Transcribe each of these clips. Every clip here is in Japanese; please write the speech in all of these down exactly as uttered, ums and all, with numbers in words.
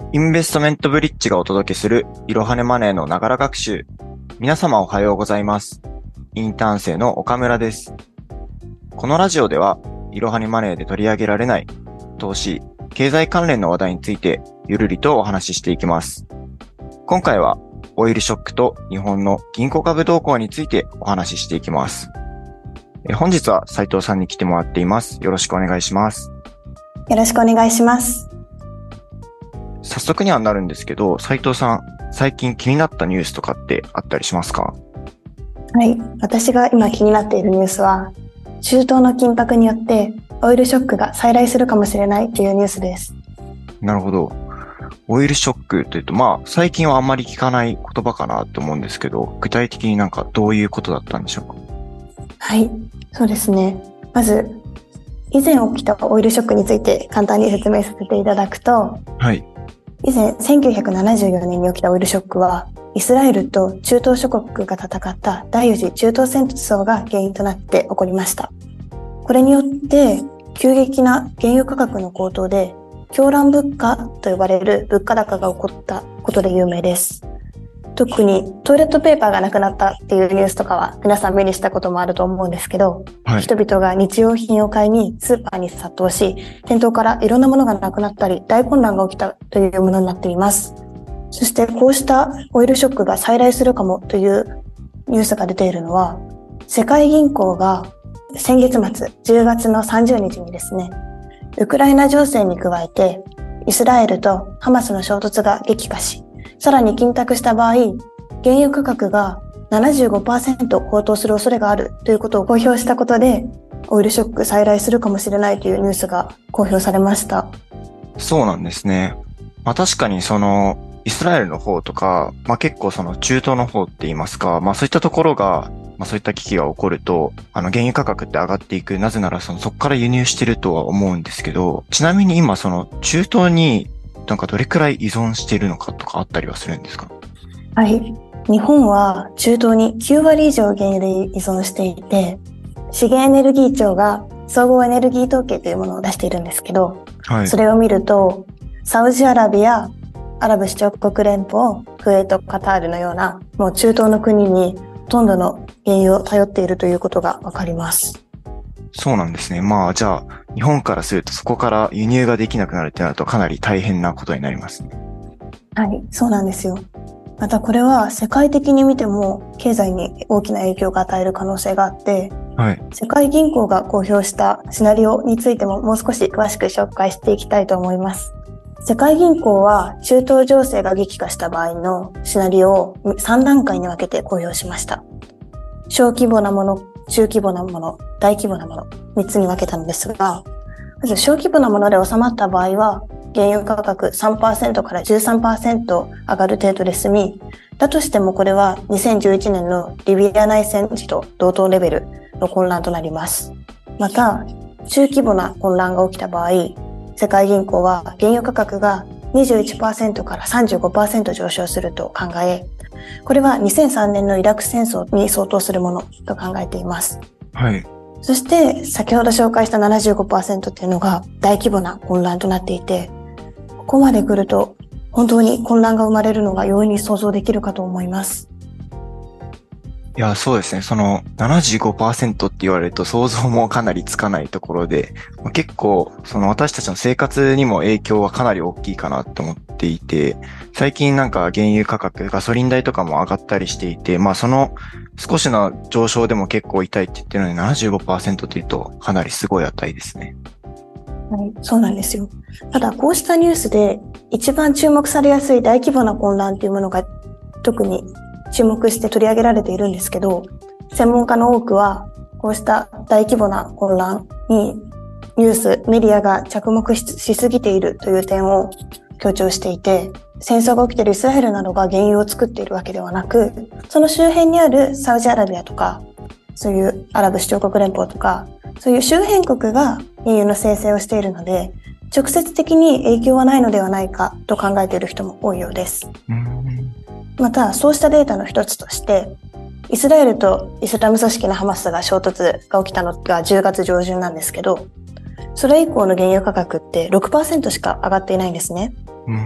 インベストメントブリッジがお届けするいろはねマネーのながら学習。皆様おはようございます。インターン生の岡村です。このラジオではいろはねマネーで取り上げられない投資、経済関連の話題についてゆるりとお話ししていきます。今回はオイルショックと日本の銀行株動向についてお話ししていきます。え本日は斉藤さんに来てもらっています。よろしくお願いします。 よろしくお願いします。 早速にはなるんですけど、斉藤さん、最近気になったニュースとかってあったりしますか？ はい、私が今気になっているニュースは、中東の緊迫によってオイルショックが再来するかもしれないというニュースです。 なるほど。オイルショックというと、まあ、最近はあんまり聞かない言葉かなと思うんですけど、具体的になんかどういうことだったんでしょうか？ はい、そうですね。まず、以前起きたオイルショックについて簡単に説明させていただくと、 はい。 以前せんきゅうひゃくななじゅうよねんに起きたオイルショックは、イスラエルと中東諸国が戦った第四次中東戦争が原因となって起こりました。これによって急激な原油価格の高騰で狂乱物価と呼ばれる物価高が起こったことで有名です。特にトイレットペーパーがなくなったっていうニュースとかは皆さん目にしたこともあると思うんですけど、はい、人々が日用品を買いにスーパーに殺到し、店頭からいろんなものがなくなったり大混乱が起きたというものになっています。そしてこうしたオイルショックが再来するかもというニュースが出ているのは、世界銀行が先月末じゅうがつのさんじゅうにちにですね、ウクライナ情勢に加えてイスラエルとハマスの衝突が激化し、さらに緊迫した場合、原油価格が ななじゅうごパーセント 高騰する恐れがあるということを公表したことで、オイルショック再来するかもしれないというニュースが公表されました。 そうなんですね。まあ確かにそのイスラエルの方とか、まあ結構その中東の方って言いますか、まあそういったところが、まあそういった危機が起こると、あの原油価格って上がっていく。なぜならそのそこから輸入してるとは思うんですけど、ちなみに今その中東になんかどれくらい依存しているのかとかあったりはするんですか？ はい。日本は中東にきゅうわり以上原油で依存していて、資源エネルギー庁が総合エネルギー統計というものを出しているんですけど、はい、それを見ると、サウジアラビア、アラブ首長国連邦、クウェート、カタールのような、もう中東の国にほとんどの原油を頼っているということがわかります。 そうなんですね。まあじゃあ日本からするとそこから輸入ができなくなるってなるとかなり大変なことになりますね。 はい、そうなんですよ。またこれは世界的に見ても経済に大きな影響が与える可能性があって、はい、世界銀行が公表したシナリオについてももう少し詳しく紹介していきたいと思います。世界銀行は中東情勢が激化した場合のシナリオをさんだんかいに分けて公表しました。小規模なもの、中規模なもの、大規模なもの、みっつに分けたのですが、まず小規模なもので収まった場合は、原油価格 さんパーセント から じゅうさんパーセント 上がる程度で済み、だとしてもこれはにせんじゅういちねんのリビア内戦時と同等レベルの混乱となります。また、中規模な混乱が起きた場合、世界銀行は原油価格が にじゅういちパーセント から さんじゅうごパーセント 上昇すると考え、これはにせんさんねんのイラク戦争に相当するものと考えています。 はい。 そして先ほど紹介した ななじゅうごパーセント っていうのが大規模な混乱となっていて、ここまで来ると本当に混乱が生まれるのが容易に想像できるかと思います。 いや、そうですね。その ななじゅうごパーセント って言われると想像もかなりつかないところで、結構その私たちの生活にも影響はかなり大きいかなと思っていて、最近なんか原油価格、ガソリン代とかも上がったりしていて、まあその少しの上昇でも結構痛いって言ってるのに ななじゅうごパーセント って言うとかなりすごい値ですね。 はい、そうなんですよ。ただこうしたニュースで一番注目されやすい大規模な混乱っていうものが特に注目して取り上げられているんですけど、専門家の多くはこうした大規模な混乱にニュース、メディアが着目 し, しすぎているという点を強調していて、戦争が起きているイスラエルなどが原油を作っているわけではなく、その周辺にあるサウジアラビアとか、そういうアラブ首長国連邦とか、そういう周辺国が原油の生成をしているので、直接的に影響はないのではないかと考えている人も多いようです。 うんまた、そうしたデータの一つとして、イスラエルとイスラム組織のハマスが衝突が起きたのがじゅうがつ上旬なんですけど、それ以降の原油価格って ろくパーセント しか上がっていないんですね。 うん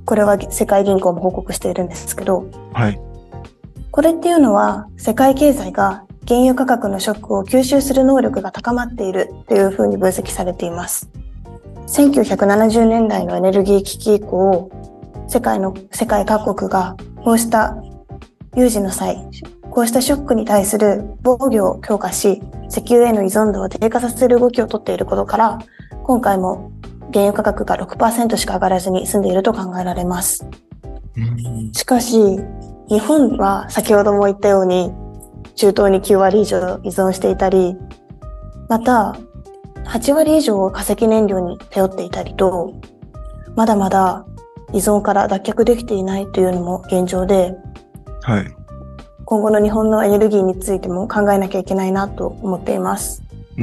これは世界銀行も報告しているんですけど、 はい。 これっていうのは世界経済が原油価格のショックを吸収する能力が高まっているというふうに分析されています。せんきゅうひゃくななじゅうねんだいのエネルギー危機以降、世界の、世界各国がこうした有事の際、こうしたショックに対する防御を強化し、石油への依存度を低下させる動きをとっていることから、今回も原油価格が ろくパーセント しか上がらずに済んでいると考えられます。しかし、日本は先ほども言ったように、中東にきゅうわり以上依存していたり、またはちわり以上を化石燃料に頼っていたりと、まだまだ依存から脱却できていないというのも現状で、 はい。 今後の日本のエネルギーについても考えなきゃいけないなと思っています。 うん。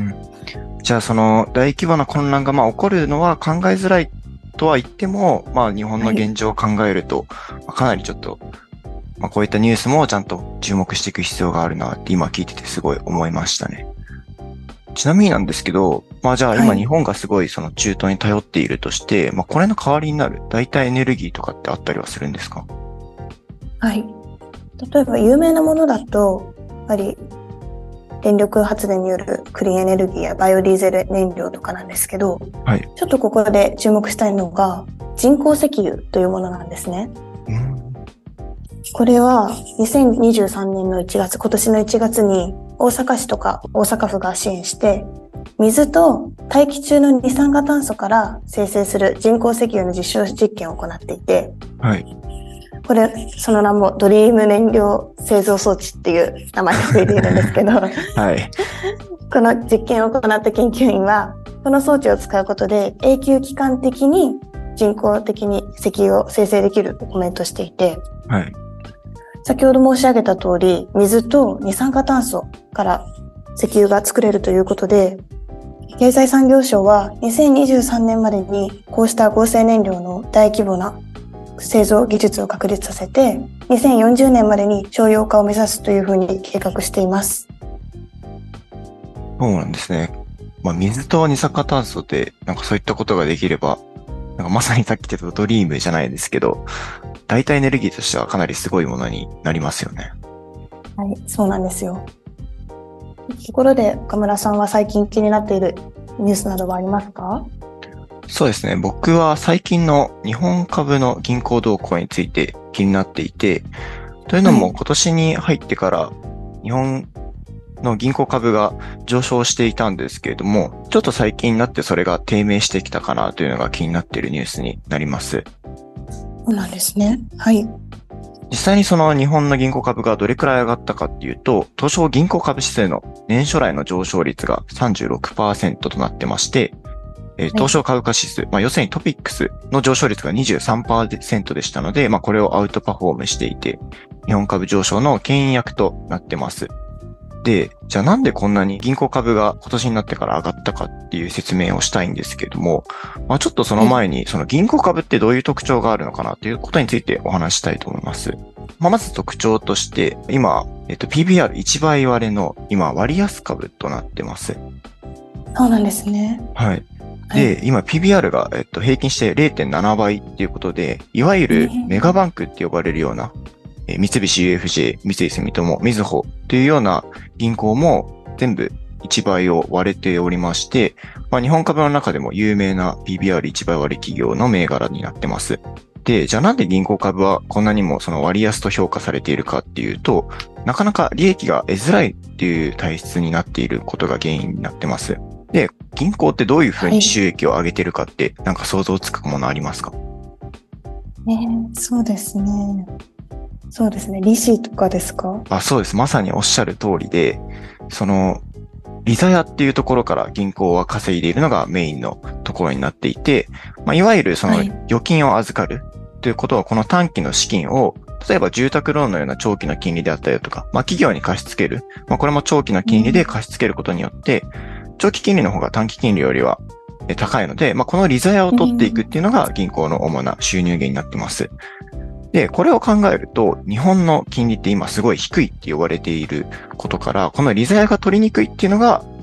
じゃあその大規模な混乱がまあ起こるのは考えづらいとは言っても、まあ日本の現状を考えると、はい、かなりちょっと、まあこういったニュースもちゃんと注目していく必要があるなって今聞いててすごい思いましたね。ちなみになんですけど、まあじゃあ今日本がすごいその中東に頼っているとして、はい、まあこれの代わりになる代替エネルギーとかってあったりはするんですか？ はい。例えば有名なものだと、やっぱり電力発電によるクリーンエネルギーやバイオディーゼル燃料とかなんですけど、はい、ちょっとここで注目したいのが人工石油というものなんですね。うん、これはにせんにじゅうさんねんのいちがつ、今年のいちがつに大阪市とか大阪府が支援して、水と大気中の二酸化炭素から生成する人工石油の実証実験を行っていて、はい、これ、その名もドリーム燃料製造装置っていう名前がついているんですけど、はい、この実験を行った研究員は、この装置を使うことで永久期間的に人工的に石油を生成できるとコメントしていて、はい、先ほど申し上げた通り、水と二酸化炭素から石油が作れるということで、経済産業省はにせんにじゅうさんねんまでにこうした合成燃料の大規模な製造技術を確立させて、にせんよんじゅうねんまでに商用化を目指すというふうに計画しています。 そうなんですね。まあ、水と二酸化炭素で、なんかそういったことができれば、なんかまさにさっき言ったドリームじゃないですけど、代替エネルギーとしてはかなりすごいものになりますよね。 はい、そうなんですよ。ところで、岡村さんは最近気になっているニュースなどはありますか？ そうですね。僕は最近の日本株の銀行動向について気になっていて、というのも今年に入ってから日本の銀行株が上昇していたんですけれども、ちょっと最近になってそれが低迷してきたかなというのが気になっているニュースになります。 そうなんですね。はい。 実際にその日本の銀行株がどれくらい上がったかっていうと、東証銀行株指数の年初来の上昇率が さんじゅうろくパーセント となってまして、えー、東証株価指数、まあ、要するにトピックスの上昇率が にじゅうさんパーセント でしたので、まあ、これをアウトパフォームしていて、日本株上昇の牽引役となってます。で、じゃあなんでこんなに銀行株が今年になってから上がったかっていう説明をしたいんですけれども、まあ、ちょっとその前に、その銀行株ってどういう特徴があるのかなということについてお話したいと思います。まあ、まず特徴として、今、えっと、ピービーアールいち 倍割れの今割安株となってます。 そうなんですね。 はい。で、今 ピービーアール が、えっと、平均して れいてんなな 倍っていうことで、いわゆるメガバンクって呼ばれるような、えー、三菱 ユーエフジェー、三井住友、みずほというような銀行も全部いちばいを割れておりまして、まあ、日本株の中でも有名な ピービーアールいち 倍割れ企業の銘柄になってます。で、じゃあなんで銀行株はこんなにもその割安と評価されているかっていうと、なかなか利益が得づらいっていう体質になっていることが原因になってます。で、銀行ってどういうふうに収益を上げてるかって、はい、なんか想像つくものありますか？ えー、そうですね。そうですね。利子とかですか？ あ、そうです。まさにおっしゃる通りで、その、利ざやっていうところから銀行は稼いでいるのがメインのところになっていて、まあ、いわゆるその預金を預かるということは、この短期の資金を、例えば住宅ローンのような長期の金利であったりとか、まあ、企業に貸し付ける。まあ、これも長期の金利で貸し付けることによって、うん長期金利の方が短期金利よりは高いので、まあ、この利ざやを取っていくっていうのが銀行の主な収入源になってます。で、これを考えると、日本の金利って今すごい低いって言われていることから、この利ざやが取りにくいっていうのが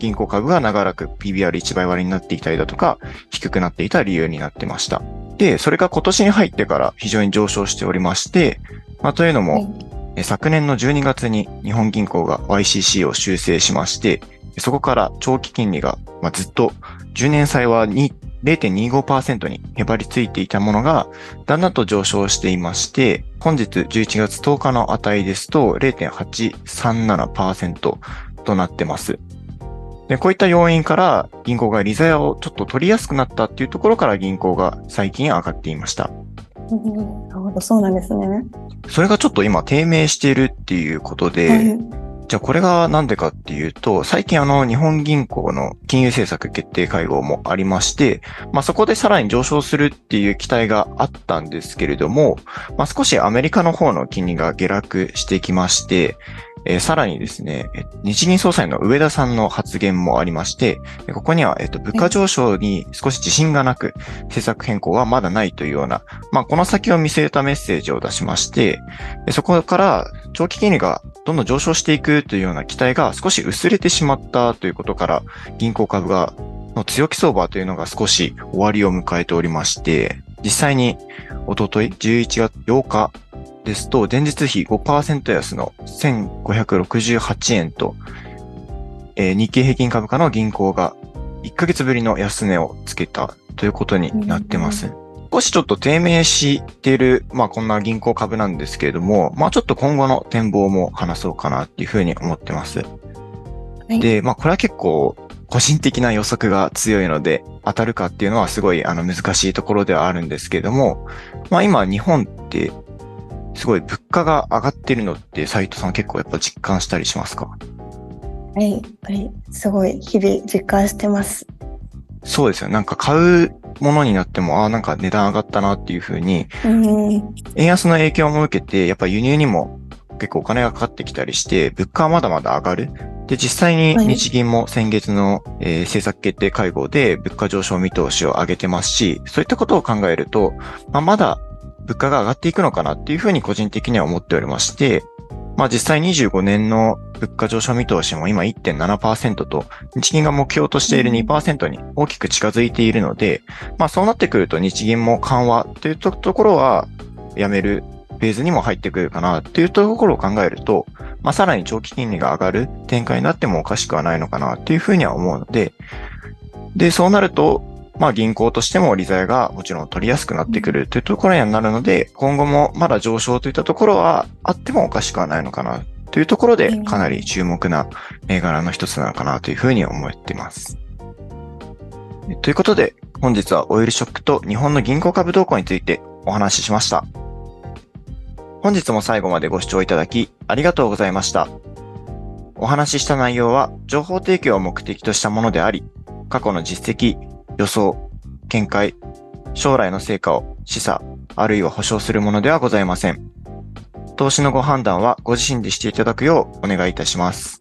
銀行株が長らく ピービーアールいち 倍割りになっていたりだとか、低くなっていた理由になってました。で、それが今年に入ってから非常に上昇しておりまして、まあ、というのも、はい、昨年のじゅうにがつに日本銀行が ワイシーシー を修正しまして、そこから長期金利が、まあ、ずっとじゅうねん債は ゼロてんにじゅうごパーセント にへばりついていたものが、だんだんと上昇していまして、本日じゅういちがつとおかの値ですと ゼロてんはちさんななパーセント となってます。で、こういった要因から銀行が利ざやをちょっと取りやすくなったっていうところから銀行が最近上がっていました。 うん、なるほど、そうなんですね。 それがちょっと今低迷しているっていうことで、はい、じゃあこれがなんでかっていうと、最近あの日本銀行の金融政策決定会合もありまして、まあそこでさらに上昇するっていう期待があったんですけれども、まあ少しアメリカの方の金利が下落してきまして、えー、さらにですね、日銀総裁の植田さんの発言もありまして、ここには、えっと、物価上昇に少し自信がなく、政策変更はまだないというような、まあ、この先を見据えたメッセージを出しまして、そこから長期金利がどんどん上昇していくというような期待が少し薄れてしまったということから、銀行株が、の強気相場というのが少し終わりを迎えておりまして、実際に、おとといじゅういちがつようか、ですと、前日比 ごパーセント 安のせんごひゃくろくじゅうはちえんと、えー、日経平均株価の銀行がいっかげつぶりの安値をつけたということになってます。うん、少しちょっと低迷している、まあこんな銀行株なんですけれども、まあちょっと今後の展望も話そうかなっていうふうに思ってます。はい、で、まあこれは結構個人的な予測が強いので、当たるかっていうのはすごいあの難しいところではあるんですけれども、まあ今日本ってすごい物価が上がってるのって斉藤さん結構やっぱ実感したりしますか？ はい、やっぱりすごい日々実感してます。 そうですよ。なんか買うものになっても、ああなんか値段上がったなっていう風に、うん、円安の影響も受けて、やっぱ輸入にも結構お金がかかってきたりして、物価はまだまだ上がる。で、実際に日銀も先月の、えー、政策決定会合で物価上昇見通しを上げてますし、そういったことを考えると、まあ、まだ物価が上がっていくのかなっていうふうに個人的には思っておりまして、まあ実際にじゅうごねんの物価上昇見通しも今 いってんななパーセント と日銀が目標としている にパーセント に大きく近づいているので、まあそうなってくると日銀も緩和というところはやめるフェーズにも入ってくるかなというところを考えると、まあさらに長期金利が上がる展開になってもおかしくはないのかなというふうには思うので、で、そうなると、まあ銀行としても利ざやがもちろん取りやすくなってくるというところにはなるので、今後もまだ上昇といったところはあってもおかしくはないのかなというところで、かなり注目な銘柄の一つなのかなというふうに思っています。ということで、本日はオイルショックと日本の銀行株動向についてお話ししました。本日も最後までご視聴いただきありがとうございました。お話しした内容は情報提供を目的としたものであり、過去の実績、予想、見解、将来の成果を示唆、あるいは保証するものではございません。投資のご判断はご自身でしていただくようお願いいたします。